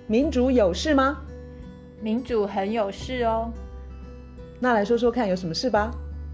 民主有事吗？ 民主很有事哦。 那来说说看有什么事吧。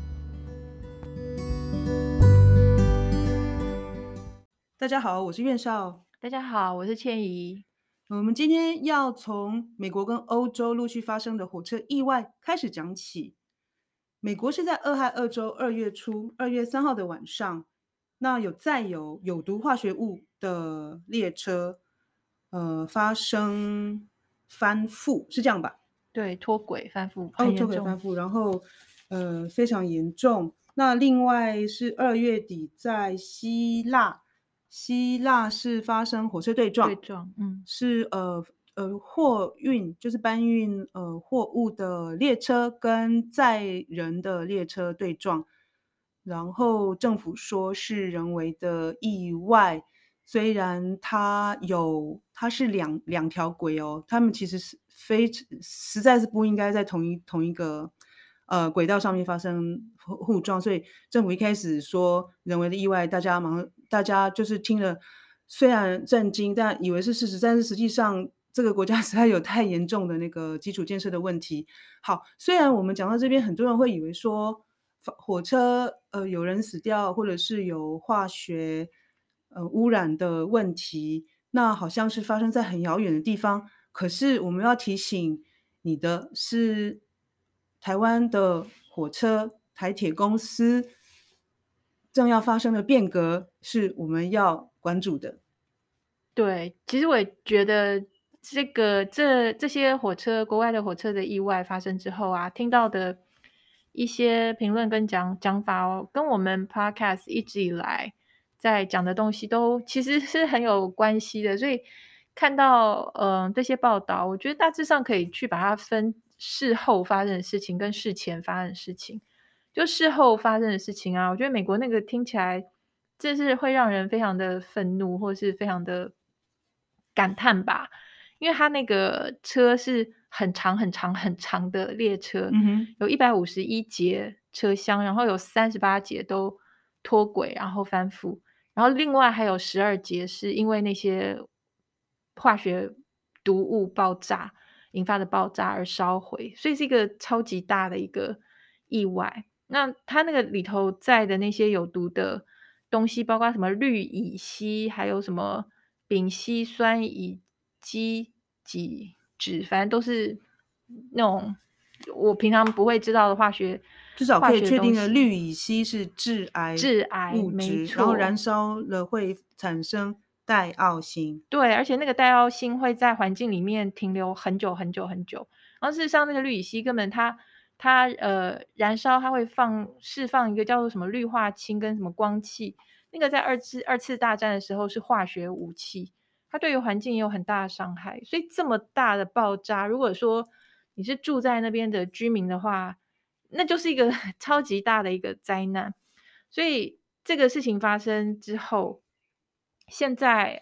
大家好，我是苑少。 大家好，我是倩怡。 我们今天要从美国跟欧洲陆续发生的火车意外开始讲起。美国是在俄亥俄州2月初2月3号的晚上，那载有有毒化学物的列车发生翻覆，是这样吧？ 对，脱轨翻覆很严重。 脱轨翻覆，然后非常严重。那另外是2月底在希腊是发生火车对撞，是货运就是搬运货物的列车跟载人的列车对撞，然后政府说是人为的意外。虽然它是两条轨哦，他们其实是实在是不应该在同一个轨道上面发生互撞，所以政府一开始说人为的意外，大家就是听了虽然震惊，但以为是事实，但是实际上这个国家实在有太严重的那个基础建设的问题。好，虽然我们讲到这边，很多人会以为说火车有人死掉，或者是有化学污染的问题，那好像是发生在很遥远的地方。可是我们要提醒你的是，台湾的火车台铁公司正要发生的变革，是我们要关注的。 对，其实我也觉得这些火车国外的火车的意外发生之后啊，听到的一些评论跟讲法哦，跟我们 podcast 一直以来在讲的东西都其实是很有关系的。所以看到这些报道，我觉得大致上可以去把它分事后发生的事情跟事前发生的事情。就事后发生的事情啊，我觉得美国那个听起来这是会让人非常的愤怒，或是非常的感叹吧。因为它那个车是很长很长很长的列车，有151节车厢，然后有38节都脱轨，然后翻覆，然后另外还有12节是因为那些化学毒物爆炸引发的爆炸而烧毁，所以是一个超级大的一个意外。那它那个里头载的那些有毒的东西，包括什么氯乙烯，还有什么丙烯酸乙基己酯，反正都是那种我平常不会知道的化学至少可以确定的氯乙烯是致癌物质，然后燃烧了会产生戴奥辛。 对，而且那个戴奥辛会在环境里面停留很久很久很久。然后事实上那个氯乙烯根本它燃烧它会释放一个叫做什么氯化氢跟什么光气，那个在二次大战的时候是化学武器，它对于环境也有很大的伤害。所以这么大的爆炸，如果说你是住在那边的居民的话，那就是一个超级大的一个灾难。所以这个事情发生之后，现在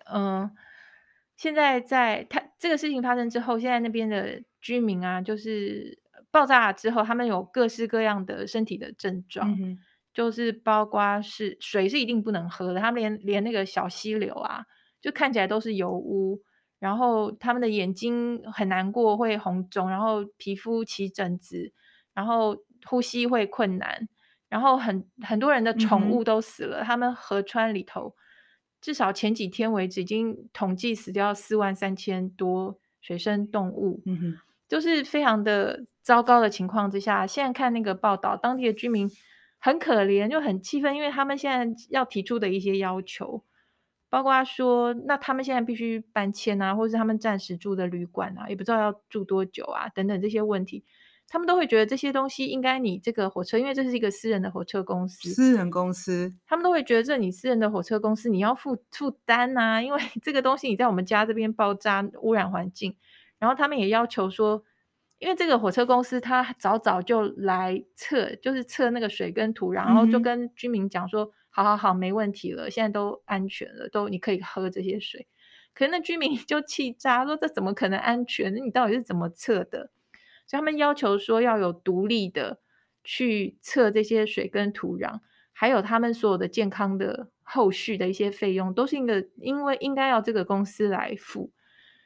这个事情发生之后，现在那边的居民啊，就是爆炸之后，他们有各式各样的身体的症状，就是包括是水是一定不能喝的，他们连那个小溪流啊，就看起来都是油污，然后他们的眼睛很难过，会红肿，然后皮肤起疹子，然后呼吸会困难，然后很多人的宠物都死了，他们河川里头至少前几天为止已经统计死掉43000多水生动物，就是非常的糟糕的情况之下，现在看那个报道，当地的居民很可怜，就很气愤，因为他们现在要提出的一些要求，包括说那他们现在必须搬迁啊，或是他们暂时住的旅馆啊，也不知道要住多久啊，等等这些问题，他们都会觉得这些东西应该你这个火车，因为这是一个私人的火车公司，他们都会觉得这你私人的火车公司你要负担啊，因为这个东西你在我们家这边爆炸污染环境，然后他们也要求说，因为这个火车公司它早就来测，就是测那个水跟土壤，然后就跟居民讲说，好，没问题了，现在都安全了，你可以喝这些水。可是那居民就气炸，说这怎么可能安全？你到底是怎么测的？所以他们要求说要有独立的去测这些水跟土壤，还有他们所有的健康的后续的一些费用，都是因为应该要这个公司来付。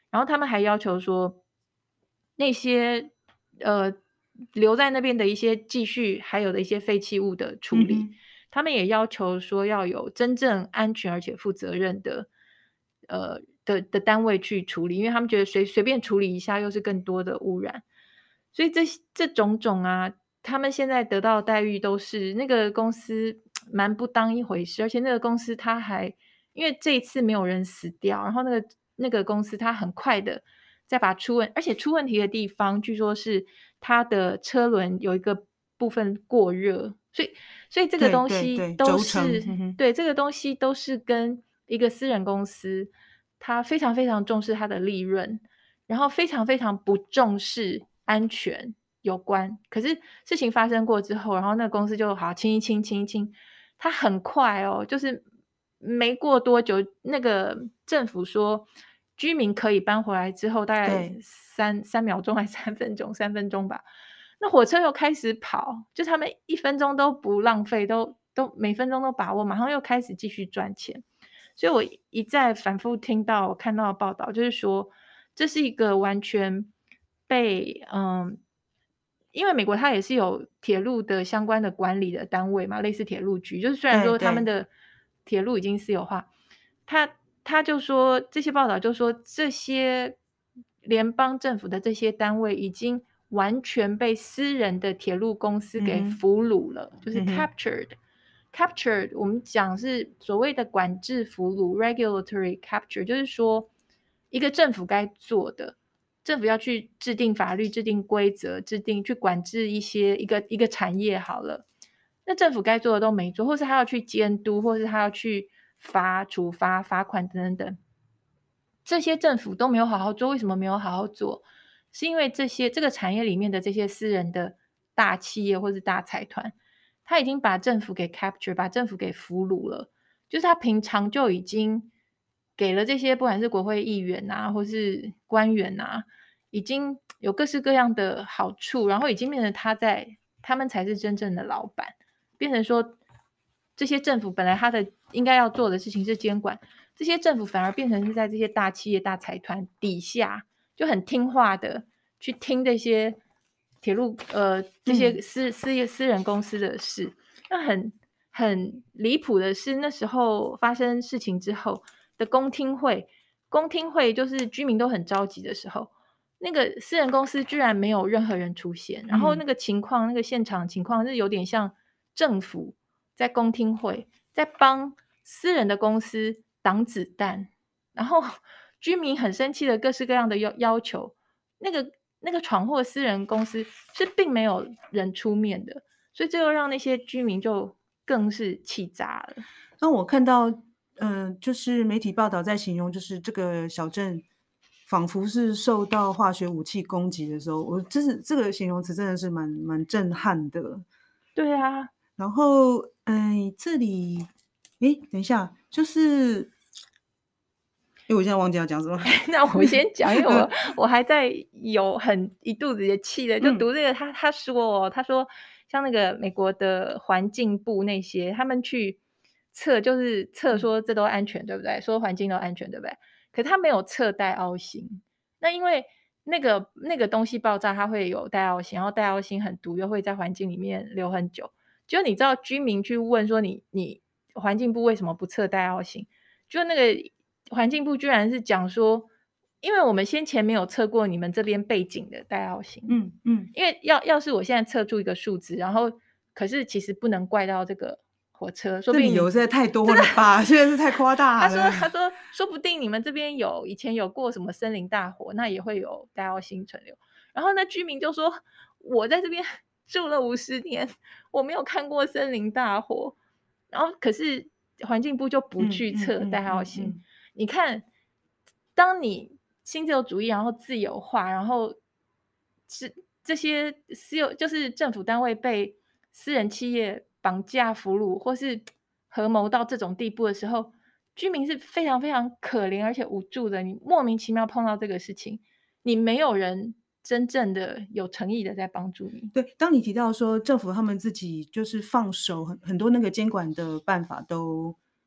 然后他们还要求说，那些留在那边的一些继续还有的一些废弃物的处理，他们也要求说要有真正安全而且负责任的单位去处理，因为他们觉得随便处理一下又是更多的污染，所以这种种啊，他们现在得到的待遇都是那个公司蛮不当一回事，而且那个公司它还因为这一次没有人死掉，然后那个公司它很快的再把而且出问题的地方，据说是它的车轮有一个部分过热，所以这个东西都是对这个东西都是跟一个私人公司，它非常非常重视它的利润，然后非常非常不重视安全有关。可是事情发生过之后，然后那个公司就好清一清，它很快哦，就是没过多久，那个政府说居民可以搬回来之后，大概3秒钟还是3分钟吧，那火车又开始跑，就他们1分钟都不浪费，都每分钟都把握，马上又开始继续赚钱。所以我一再反复看到的报道，就是说这是一个完全被因为美国它也是有铁路的相关的管理的单位嘛，类似铁路局，就是虽然说他们的铁路已经私有化，他就说这些报道就说这些联邦政府的这些单位已经完全被私人的铁路公司给俘虏了，就是 captured 我们讲是所谓的管制俘虏 regulatory capture， 就是说一个政府该做的，政府要去制定法律、制定规则、去管制一个产业好了，那政府该做的都没做，或是他要去监督，或是他要去处罚、罚款等等等，这些政府都没有好好做。为什么没有好好做？是因为这个产业里面的这些私人的大企业或是大财团，他已经把政府给 capture， 把政府给俘虏了。就是他平常就已经给了这些不管是国会议员啊，或是官员啊，已经有各式各样的好处，然后已经变成他们才是真正的老板，变成说这些政府本来他的应该要做的事情是监管，这些政府反而变成是在这些大企业大财团底下就很听话的去听这些铁路这些私人公司的事。那很离谱的是，那时候发生事情之后的公听会就是居民都很着急的时候，那个私人公司居然没有任何人出现，然后那个现场情况是有点像政府在公听会在帮私人的公司挡子弹，然后居民很生气的各式各样的要求，那个闯祸私人公司是并没有人出面的，所以这又让那些居民就更是气炸了。 那我看到就是媒体报道在形容，就是这个小镇仿佛是受到化学武器攻击的时候，这个形容词真的是蛮震撼的。 对啊， 然后这里等一下，就是我现在忘记要讲什么。 那我先讲，因为我还在有一肚子的气的，就读这个他说像那个美国的环境部那些，他们去就是测说这都安全，对不对？说环境都安全，对不对？可他没有测戴奥辛，那因为那个东西爆炸，它会有戴奥辛，然后戴奥辛很毒，又会在环境里面留很久。就你知道居民去问说你环境部为什么不测戴奥辛？就那个环境部居然是讲说，因为我们先前没有测过你们这边背景的戴奥辛，因为要是我现在测出一个数值，然后可是其实不能怪到这个火车，说不定理由实在太多了吧，现在是太夸大了。他说说不定你们这边以前有过什么森林大火，那也会有戴奥辛存留。然后那居民就说，我在这边住了50年，我没有看过森林大火，然后可是环境部就不去测戴奥辛。你看，当你新自由主义，然后自由化，然后这些就是政府单位被私人企业绑架俘虏，或是合谋到这种地步的时候，居民是非常非常可怜而且无助的。你莫名其妙碰到这个事情，你没有人真正的有诚意的在帮助你。 对，当你提到说政府他们自己就是放手很多那个监管的办法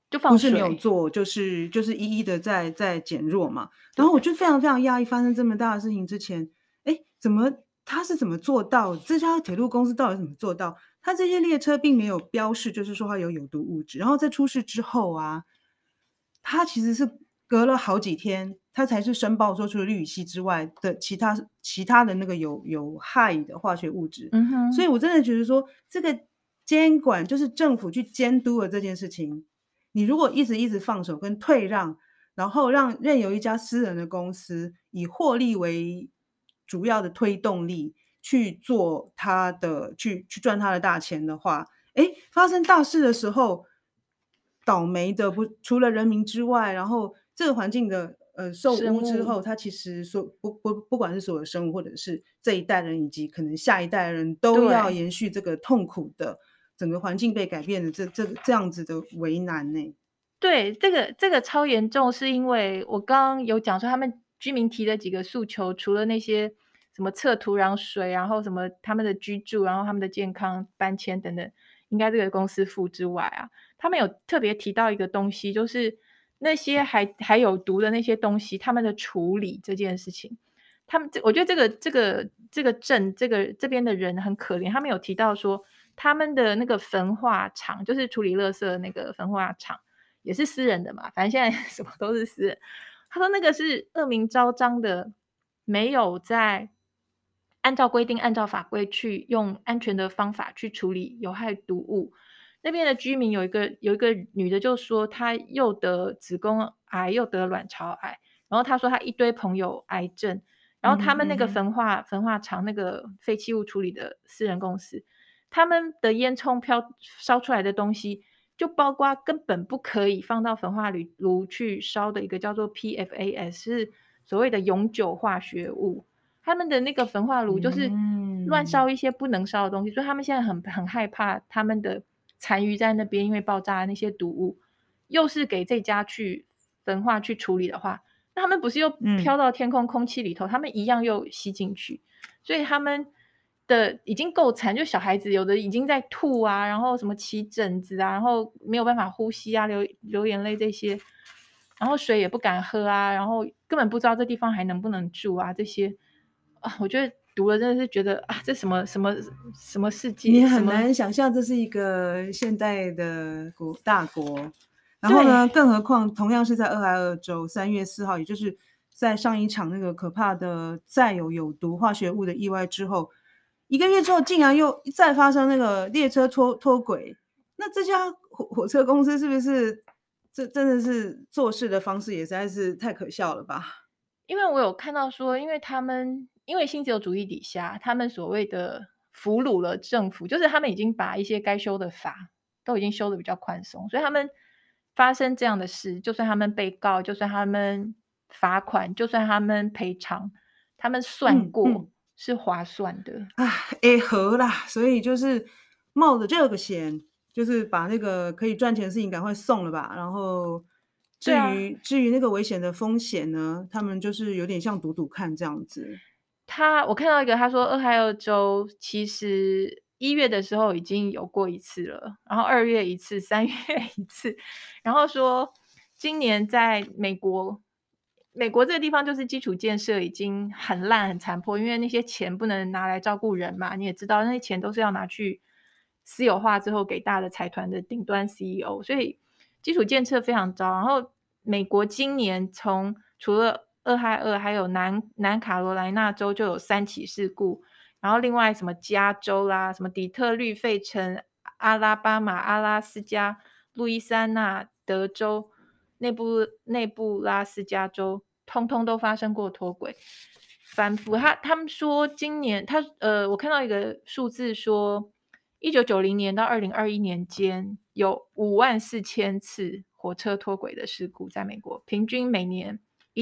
就放不是没有水， 做，就是一一的在减弱嘛。然后我就非常非常讶异，发生这么大的事情之前，他是怎么做到？这家铁路公司到底怎么做到？他这些列车并没有标示，就是说它有毒物质。然后在出事之后啊，他其实是隔了好几天，他才是申报说除了氯乙烯之外的其他的那个有害的化学物质。所以我真的觉得说，这个监管就是政府去监督了这件事情。你如果一直放手跟退让，然后任由一家私人的公司以获利为主要的推动力去做它的去赚它的大钱的话，发生大事的时候，倒霉的除了人民之外，然后这个环境的受污之后，它其实不管是所有生物，或者是这一代人以及可能下一代人都要延续这个痛苦的整个环境被改变的这样子的为难呢。 对，这个超严重，是因为我刚刚有讲说他们居民提的几个诉求，除了那些什么测土壤水，然后什么他们的居住，然后他们的健康搬迁等等，应该这个公司付之外啊，他们有特别提到一个东西，就是那些还有毒的那些东西，他们的处理这件事情，我觉得这个镇这边的人很可怜，他们有提到说他们的那个焚化厂，就是处理垃圾的那个焚化厂。也是私人的嘛，反正现在什么都是私人。他说那个是恶名昭彰的，没有在按照规定、按照法规去用安全的方法去处理有害毒物。那边的居民有一个女的就说，她又得子宫癌又得卵巢癌，然后她说她一堆朋友癌症，然后他们那个焚化厂那个废弃物处理的私人公司，他们的烟囱烧出来的东西。就包括根本不可以放到焚化炉去烧的一个叫做 PFAS， 是所谓的永久化学物。他们的那个焚化炉就是乱烧一些不能烧的东西，所以他们现在很害怕他们的残余在那边，因为爆炸的那些毒物，又是给这家去焚化去处理的话，那他们不是又飘到天空气里头，他们一样又吸进去，所以他们的已经够惨，就小孩子有的已经在吐啊，然后什么起疹子啊，然后没有办法呼吸啊，流眼泪这些，然后水也不敢喝啊，然后根本不知道这地方还能不能住啊，这些啊，我觉得读了真的是觉得啊，这什么世纪？ 你很难想象这是一个现代的大国。然后呢，更何况同样是在俄亥俄州3月4号，也就是在上一场那个可怕的再有毒化学物的意外之后，1个月之后竟然又再发生那个列车脱轨。那这家火车公司是不是这真的是做事的方式也实在是太可笑了吧？ 因为我有看到说，因为新自由主义底下，他们所谓的俘虏了政府，就是他们已经把一些该修的法都已经修的比较宽松，所以他们发生这样的事，就算他们被告，就算他们罚款，就算他们赔偿，他们算过是划算的。 合啦，所以就是冒着这个险，就是把那个可以赚钱的事情赶快送了吧。然后至于那个危险的风险呢，他们就是有点像赌看这样子。 我看到一个，他说俄亥俄州其实1月的时候已经有过一次了，然后2月一次，3月一次，然后说今年在美国这个地方就是基础建设已经很烂很残破，因为那些钱不能拿来照顾人嘛，你也知道那些钱都是要拿去私有化之后给大的财团的顶端 CEO， 所以基础建设非常糟。然后美国今年除了俄亥俄还有南卡罗来纳州就有3起事故，然后另外什么加州啦、什么底特律、费城、阿拉巴马、阿拉斯加、路易斯安那、德州、内布拉斯加州，通通都发生过脱轨。反复他们说今年我看到一个数字说1990年到2021年间有54000次火车脱轨的事故在美国，平均每年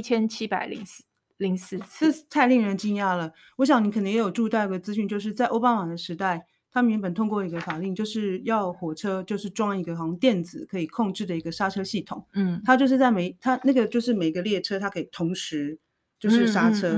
1704次， 这太令人惊讶了。我想你可能也有注意到一个资讯，就是在奥巴马的时代，他们原本通过一个法令，就是要火车就是装一个好像电子可以控制的一个刹车系统。它就是它那个就是每个列车它可以同时就是刹车。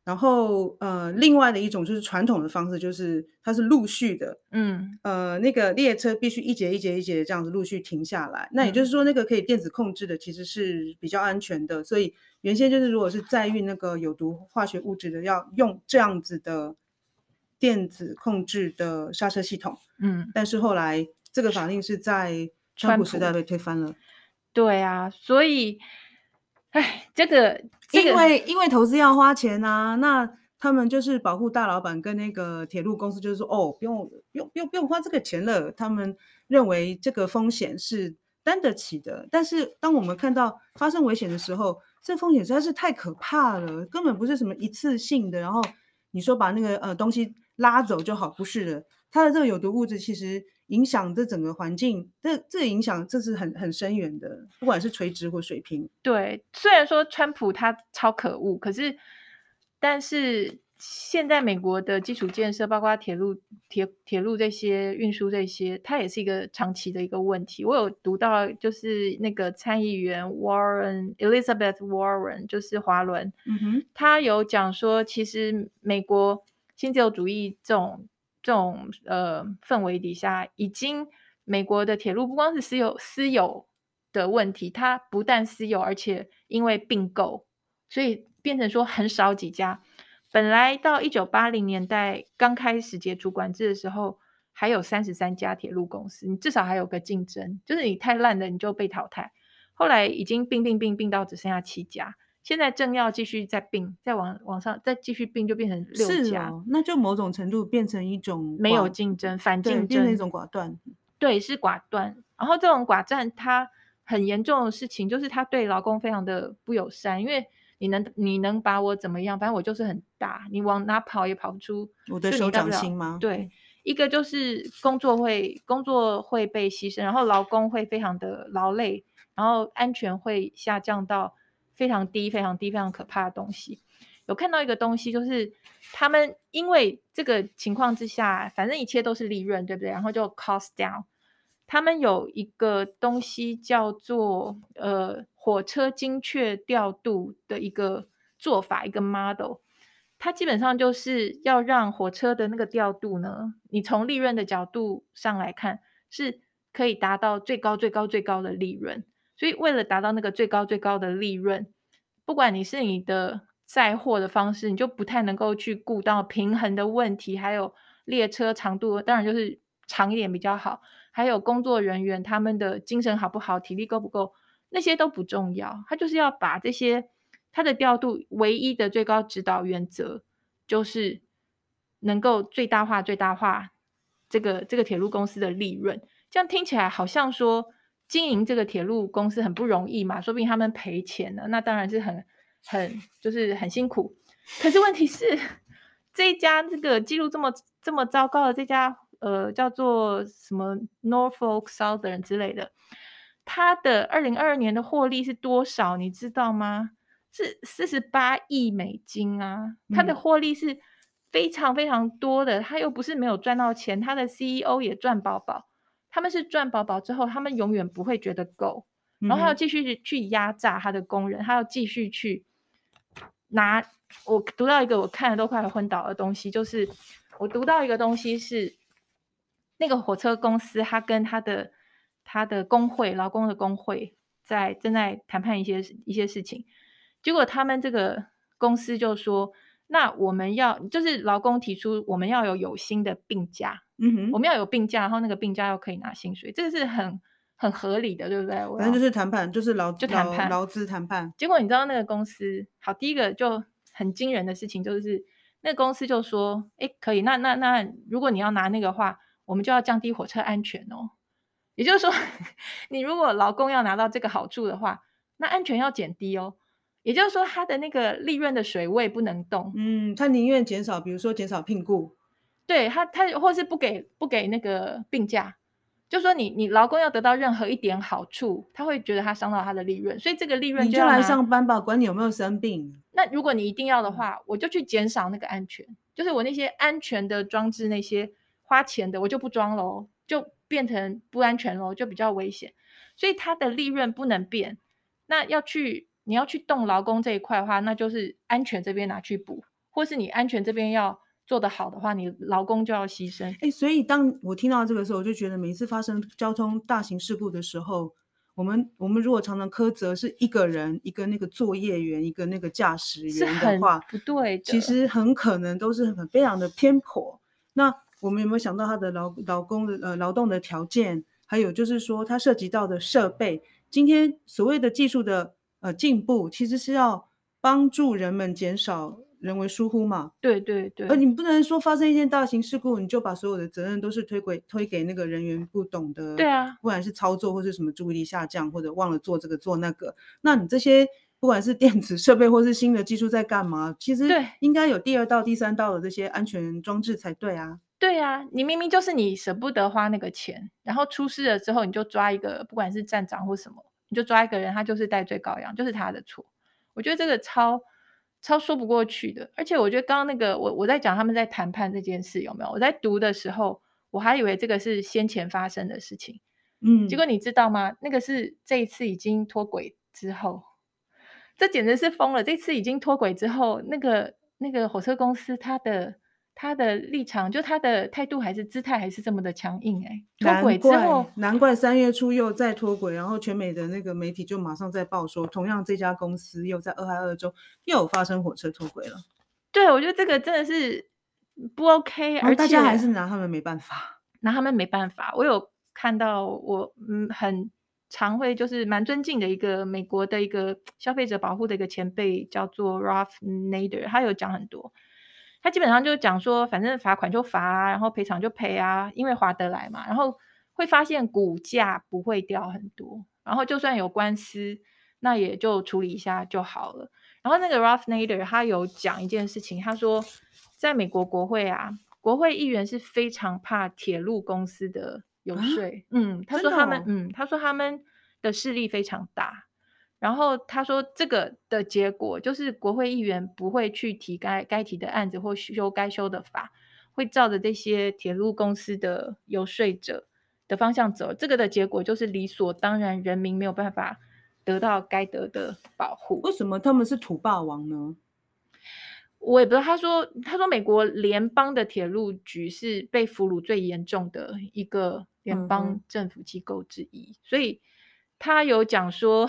然后另外的一种就是传统的方式，就是它是陆续的，那个列车必须一节一节一节这样子陆续停下来。那也就是说，那个可以电子控制的其实是比较安全的。所以原先就是如果是载运那个有毒化学物质的，要用这样子的电子控制的刹车系统。但是后来这个法令是在川普时代被推翻了。 对啊，所以，这个因为投资要花钱啊，那他们就是保护大老板跟那个铁路公司，就是说不用花这个钱了。他们认为这个风险是担得起的。但是当我们看到发生危险的时候，这风险实在是太可怕了，根本不是什么一次性的。然后你说把那个东西拉走就好，不是的，它的这个有毒物质其实影响这整个环境，这个影响这是很深远的，不管是垂直或水平。 对，虽然说川普他超可恶，但是现在美国的基础建设，包括铁路这些运输这些，它也是一个长期的一个问题。我有读到，就是那个参议员 Elizabeth Warren， 就是华伦，他有讲说，其实美国新自由主义这种氛围底下，已经美国的铁路不光是私有的问题，它不但私有，而且因为并购，所以变成说很少几家。本来到1980年代刚开始解除管制的时候，还有33家铁路公司，你至少还有个竞争，就是你太烂的你就被淘汰。后来已经并到只剩下7家，现在正要继续再并，再往上再继续并，就变成6家。 那就某种程度变成一种没有竞争，反竞争， 变成一种寡断。 对，是寡断。然后这种寡占，它很严重的事情就是它对劳工非常的不友善，因为你能把我怎么样？反正我就是很大，你往哪跑也跑不出我的手掌心吗？ 对，一个就是工作会被牺牲，然后劳工会非常的劳累，然后安全会下降到非常低、非常低、非常可怕的东西。有看到一个东西，就是他们因为这个情况之下，反正一切都是利润，对不对？然后就 cost down。他们有一个东西叫做火车精确调度的一个做法，一个 model。它基本上就是要让火车的那个调度呢，你从利润的角度上来看，是可以达到最高的利润。所以为了达到那个最高的利润，不管你是你的载货的方式，你就不太能够去顾到平衡的问题，还有列车长度，当然就是长一点比较好，还有工作人员他们的精神好不好，体力够不够，那些都不重要。他就是要把这些他的调度唯一的最高指导原则，就是能够最大化这个铁路公司的利润。这样听起来好像说经营这个铁路公司很不容易嘛，说不定他们赔钱了，那当然是就是很辛苦。可是问题是，这一家这个记录这么糟糕的这家叫做什么 Norfolk Southern 之类的，它的2022年的获利是多少？你知道吗？是48亿美金啊！它的获利是非常非常多的，它又不是没有赚到钱，它的 CEO 也赚饱饱。他们是赚饱饱之后，他们永远不会觉得够，然后他要继续去压榨他的工人，他要继续去拿。我读到一个我看了都快昏倒的东西，就是我读到一个东西是那个火车公司，他跟他的工会，劳工的工会正在谈判一些事情，结果他们这个公司就说，那我们就是劳工提出我们要有薪的病假。我们要有病假，然后那个病假又可以拿薪水，这个是很合理的，对不对？ 反正就是谈判，就是劳资谈判。 结果你知道那个公司，好，第一个就很惊人的事情就是，那个公司就说，可以，那如果你要拿那个话，我们就要降低火车安全哦。也就是说，你如果劳工要拿到这个好处的话，那安全要减低哦。也就是说，他的那个利润的水位不能动。 他宁愿减少，比如说减少聘雇。 对他或是不给那个病假，就说你劳工要得到任何一点好处，他会觉得他伤到他的利润，所以这个利润你就来上班吧，管你有没有生病。 那如果你一定要的话，我就去减少那个安全，就是我那些安全的装置，那些花钱的我就不装咯，就变成不安全咯，就比较危险。所以它的利润不能变。那你要去动劳工这一块的话，那就是安全这边拿去补。 或是你安全这边要做得好的话，你劳工就要牺牲。 所以当我听到这个时候，我就觉得每一次发生交通大型事故的时候，我们如果常常苛责是一个人，一个那个作业员，一个那个驾驶员的话， 不对的， 其实很可能都是非常的偏颇。那我们有没有想到他的劳动的条件，还有就是说它涉及到的设备，今天所谓的技术的进步，其实是要帮助人们减少人为疏忽嘛。 对对对， 而你不能说发生一件大型事故，你就把所有的责任都是推给那个人员不懂得， 对啊， 不管是操作或是什么注意力下降，或者忘了做这个做那个，那你这些不管是电子设备或是新的技术在干嘛，其实应该有第2道、第3道的这些安全装置才对啊。 对啊，你明明就是你舍不得花那个钱，然后出事了之后，你就抓一个，不管是站长或什么，你就抓一个人，他就是戴罪羔羊，就是他的错。我觉得这个超说不过去的。而且我觉得刚刚那个我在讲他们在谈判这件事有没有？我在读的时候，我还以为这个是先前发生的事情，结果你知道吗？那个是这一次已经脱轨之后，这简直是疯了。这次已经脱轨之后，那个火车公司他的立场，就他的态度还是姿态还是这么的强硬。脱轨之后， 难怪3月初又再脱轨，然后全美的那个媒体就马上在报说，同样这家公司又在俄亥俄州又有发生火车脱轨了。 对，我觉得这个真的是不 OK， 而且大家还是拿他们没办法。 我有看到我很常会就是蛮尊敬的一个美国的一个消费者保护的一个前辈，叫做 Ralph Nader， 他有讲很多。他基本上就讲说，反正罚款就罚啊，然后赔偿就赔啊，因为划得来嘛。然后会发现股价不会掉很多，然后就算有官司，那也就处理一下就好了。然后那个 Ralph Nader 他有讲一件事情，他说在美国国会啊，国会议员是非常怕铁路公司的游说。他说他们的势力非常大。然后他说这个的结果就是国会议员不会去提该提的案子或修该修的法，会照着这些铁路公司的游说者的方向走。这个的结果就是理所当然，人民没有办法得到该得的保护。 为什么他们是土霸王呢？ 我也不知道。他说美国联邦的铁路局是被俘虏最严重的一个联邦政府机构之一，所以他有讲说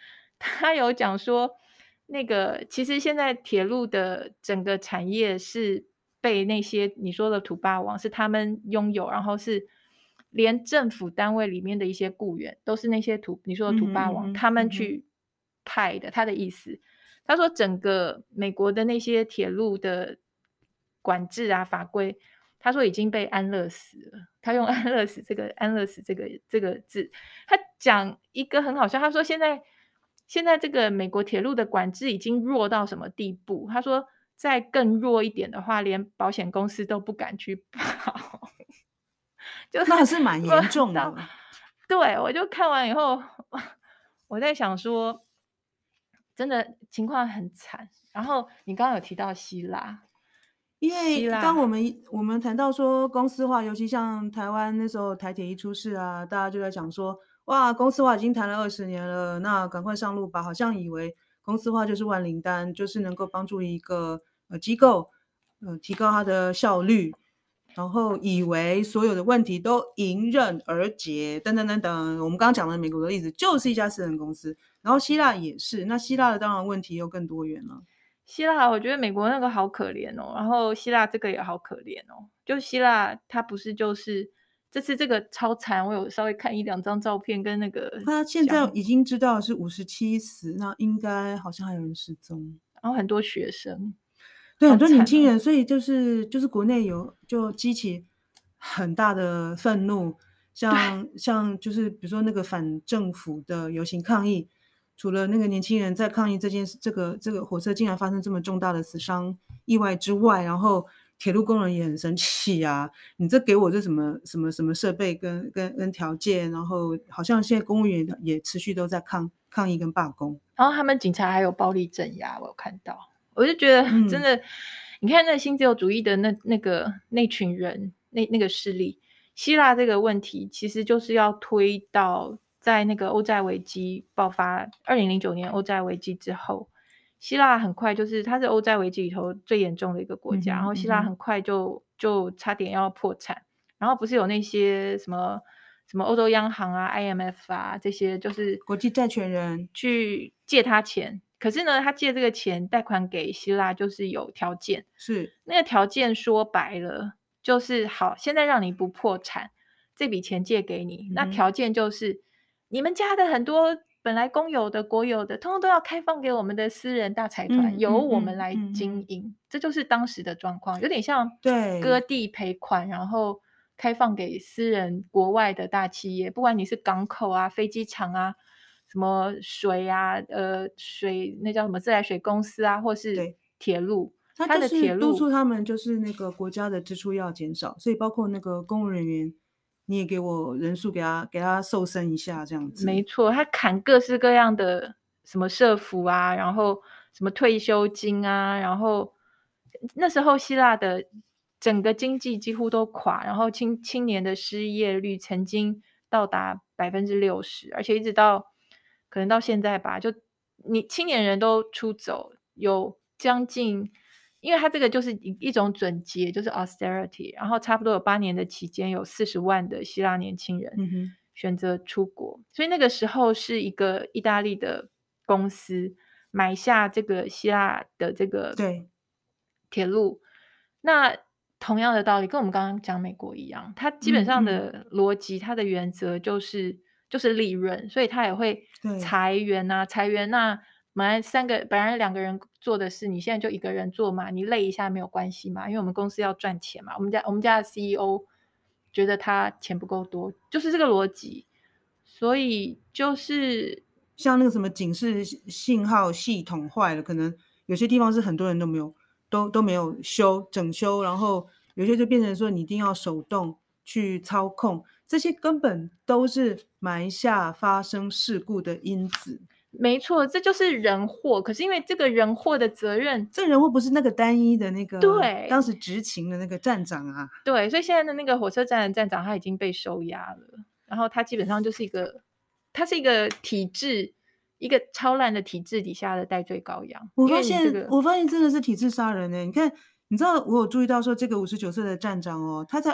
那个其实现在铁路的整个产业是被那些你说的土霸王是他们拥有，然后是连政府单位里面的一些雇员都是那些你说的土霸王他们去派的。他的意思，他说整个美国的那些铁路的管制啊法规，他说已经被安乐死了。他用安乐死这个字，他讲一个很好笑。他说现在这个美国铁路的管制已经弱到什么地步？他说再更弱一点的话，连保险公司都不敢去保。 就是那是蛮严重的。 对，我就看完以后，我在想说，真的情况很惨。然后你刚刚有提到希腊， 因为当我们谈到说公司化，尤其像台湾那时候台铁一出事啊，大家就在讲说，哇，公司化已经谈了20年了，那赶快上路吧。好像以为公司化就是万灵丹，就是能够帮助一个机构提高它的效率，然后以为所有的问题都迎刃而解，等等等等。我们刚刚讲的美国的例子就是一家私人公司，然后希腊也是。那希腊的当然问题又更多元了。 希腊我觉得美国那个好可怜哦，然后希腊这个也好可怜哦。就希腊它不是就是这次这个超惨，我有稍微看1-2张照片跟那个。 他现在已经知道是57死，那应该好像还有人失踪， 然后很多学生， 对，很多年轻人，所以就是国内就激起很大的愤怒，像就是比如说那个反政府的游行抗议，除了那个年轻人在抗议这件事，这个火车竟然发生这么重大的死伤意外之外，然后铁路工人也很生气啊！你这给我这什么设备跟条件，然后好像现在公务员也持续都在抗议跟罢工， 然后他们警察还有暴力镇压，我有看到，我就觉得真的，你看那新自由主义的那群人，那个势力，希腊这个问题其实就是要推到在那个欧债危机爆发2009年欧债危机之后， 希腊很快就是它是欧债危机里头最严重的一个国家，然后希腊很快就差点要破产，然后不是有那些什么欧洲央行啊、IMF 啊这些，就是国际债权人去借他钱。可是呢，他借这个钱贷款给希腊就是有条件， 是那个条件说白了就是好，现在让你不破产，这笔钱借给你，那条件就是你们家的很多本来公有的、国有的，通通都要开放给我们的私人大财团，由我们来经营。这就是当时的状况，有点像割地赔款，然后开放给私人国外的大企业，不管你是港口啊、飞机场啊、什么水啊、水那叫什么自来水公司啊，或是铁路。 它就是督促他们，就是那个国家的支出要减少，所以包括那个公务人员，你也给我人数给他瘦身一下，这样子。 没错，他砍各式各样的什么社福啊，然后什么退休金啊，然后那时候希腊的整个经济几乎都垮，然后青年的失业率曾经到达60%，而且一直到可能到现在吧，就你青年人都出走，有将近。因为它这个就是一种准节，就是 austerity， 然后差不多有8年的期间，有40万的希腊年轻人选择出国，所以那个时候是一个意大利的公司买下这个希腊的这个铁路。那同样的道理，跟我们刚刚讲美国一样，它基本上的逻辑，它的原则就是利润，所以它也会裁员啊，本来2个人做的事，你现在就1个人做嘛，你累一下没有关系嘛，因为我们公司要赚钱嘛。我们家的 CEO 觉得他钱不够多，就是这个逻辑。所以就是像那个什么警示信号系统坏了，可能有些地方是很多人都没有整修，然后有些就变成说你一定要手动去操控，这些根本都是埋下发生事故的因子。 没错，这就是人祸。可是因为这个人祸的责任， 这人祸不是那个单一的那个对当时执勤的那个站长啊。 对，所以现在的那个火车站的站长他已经被收押了，然后他基本上就是一个体制，一个超烂的体制底下的代罪羔羊。 我发现真的是体制杀人欸。你知道我有注意到说这个59岁的站长哦，他在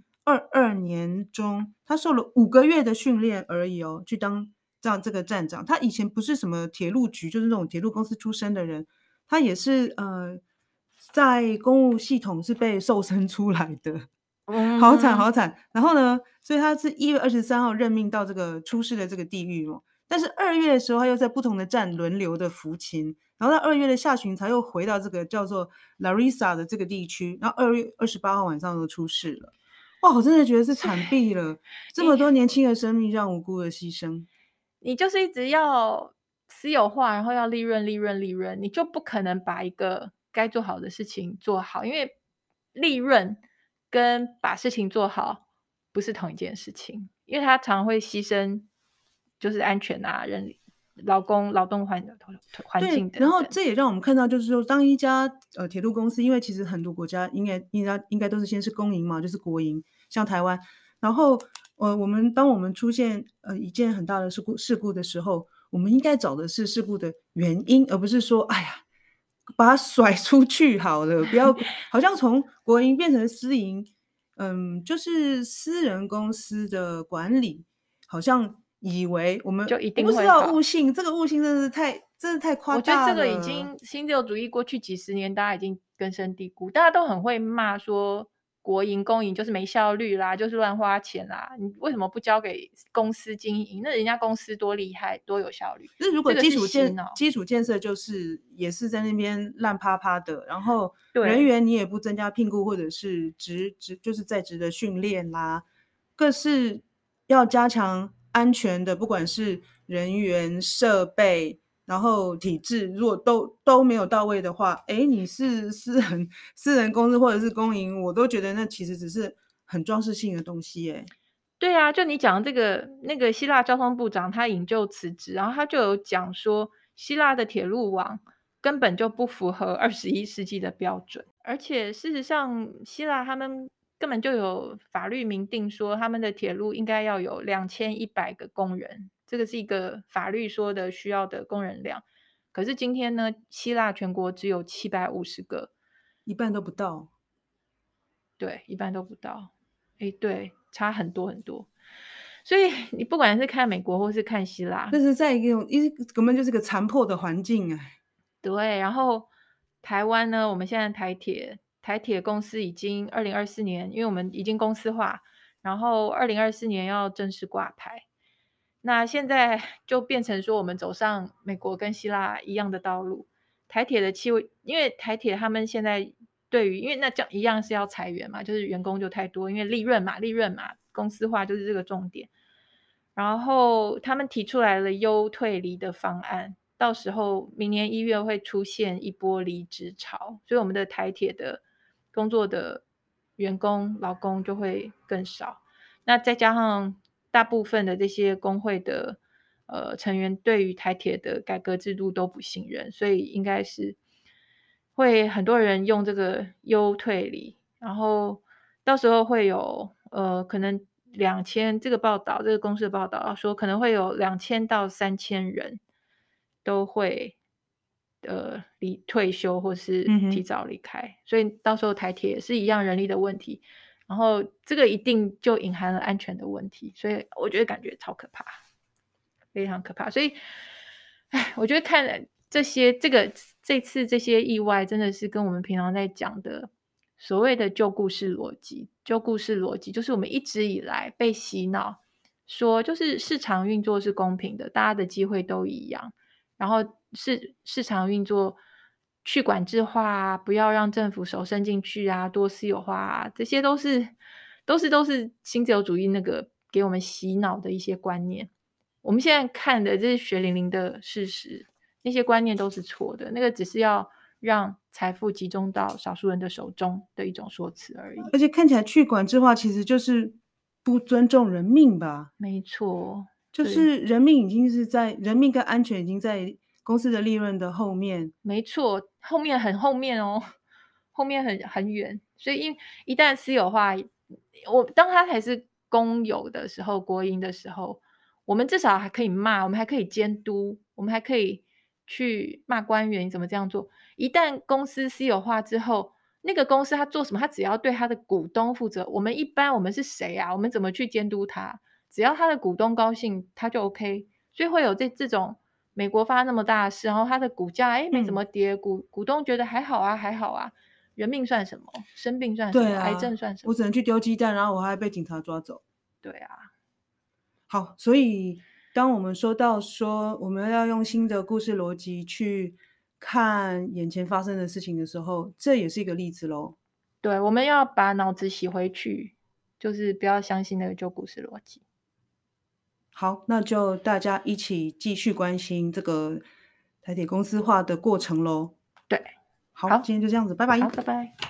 2022年中，他受了5个月的训练而已哦，去当这个站长。他以前不是什么铁路局，就是那种铁路公司出身的人，他也是在公务系统是被瘦身出来的。好惨好惨。然后呢，所以他是1月23号任命到这个出事的这个地狱哦。但是2月的时候，他又在不同的站轮流的服勤，然后到2月的下旬才又回到这个叫做 Larissa 的这个地区，然后2月28号晚上又出事了。哇，我真的觉得是惨毙了，这么多年轻的生命让无辜的牺牲。 你就是一直要私有化，然后要利润，你就不可能把一个该做好的事情做好，因为利润跟把事情做好不是同一件事情，因为它常会牺牲就是安全啊、劳动环境等等。 然后这也让我们看到，就是说，当一家铁路公司，因为其实很多国家应该都是先是公营嘛，就是国营，像台湾。然后当我们出现一件很大的事故的时候，我们应该找的是事故的原因，而不是说哎呀把它甩出去好了，不要好像从国营变成私营，就是私人公司的管理好像以为我们就一定会好。悟性，这个悟性真的是太夸大了。 我觉得这个已经新自由主义过去几十年，大家已经根深蒂固，大家都很会骂说国营公营就是没效率啦，就是乱花钱啦，你为什么不交给公司经营？那人家公司多厉害，多有效率。 那如果基础建设也是在那边烂趴趴的，然后人员你也不增加聘雇或者是就是在职的训练啦，各是要加强安全的，不管是人员、设备，然后体制，如果都没有到位的话，你是私人公司或者是公营，我都觉得那其实只是很装饰性的东西对啊，就你讲这个那个希腊交通部长他引咎辞职，然后他就有讲说希腊的铁路网根本就不符合21世纪的标准，而且事实上希腊他们根本就有法律明定说他们的铁路应该要有2100个工人，这个是一个法律说的需要的工人量。 可是今天呢，希腊全国只有750个， 一半都不到。 对，一半都不到。对，差很多很多。所以你不管是看美国或是看希腊， 这是在根本就是个残破的环境。 对，然后台湾呢，我们现在台铁公司已经2024年，因为我们已经公司化，然后2024年要正式挂牌。那现在就变成说，我们走上美国跟希腊一样的道路。台铁的因为台铁他们现在因为那这样一样是要裁员嘛，就是员工就太多，因为利润嘛，公司化就是这个重点。然后他们提出来了优退离的方案，到时候明年1月会出现一波离职潮，所以我们的台铁的工作的员工劳工就会更少。那再加上大部分的这些工会的成员对于台铁的改革制度都不信任，所以应该是会很多人用这个优退离，然后到时候会有可能这个公司的报道说可能会有2000到3000人都会退休或是提早离开，所以到时候台铁也是一样人力的问题，然后这个一定就隐含了安全的问题，所以我觉得感觉超可怕，非常可怕。所以我觉得看这次这些意外真的是跟我们平常在讲的所谓的旧故事逻辑就是我们一直以来被洗脑说就是市场运作是公平的，大家的机会都一样，然后市场运作去管制化啊，不要让政府手伸进去啊，多私有化啊，这些都是新自由主义那个给我们洗脑的一些观念。我们现在看的这是血淋淋的事实，那些观念都是错的，那个只是要让财富集中到少数人的手中的一种说辞而已。 而且看起来去管制化其实就是不尊重人命吧？ 没错， 就是人命跟安全已经在公司的利润的后面。 没错，后面很后面哦，后面很远。所以一旦私有化，当它还是公有的时候，国营的时候，我们至少还可以骂，我们还可以监督，我们还可以去骂官员你怎么这样做。一旦公司私有化之后，那个公司他做什么，他只要对他的股东负责。我们是谁啊？我们怎么去监督他？只要他的股东高兴，他就 OK。所以会有这种美国发那么大的事，然后他的股价没怎么跌，股东觉得还好啊，还好啊。人命算什么？生病算什么？癌症算什么？ 我只能去丢鸡蛋，然后我还被警察抓走。 对啊。 好，所以当我们说到我们要用新的故事逻辑去看眼前发生的事情的时候，这也是一个例子咯。 对，我们要把脑子洗回去，就是不要相信那个旧故事逻辑。 好，那就大家一起继续关心这个台铁公司化的过程咯。 对， 好，今天就这样子，拜拜。 好，拜拜。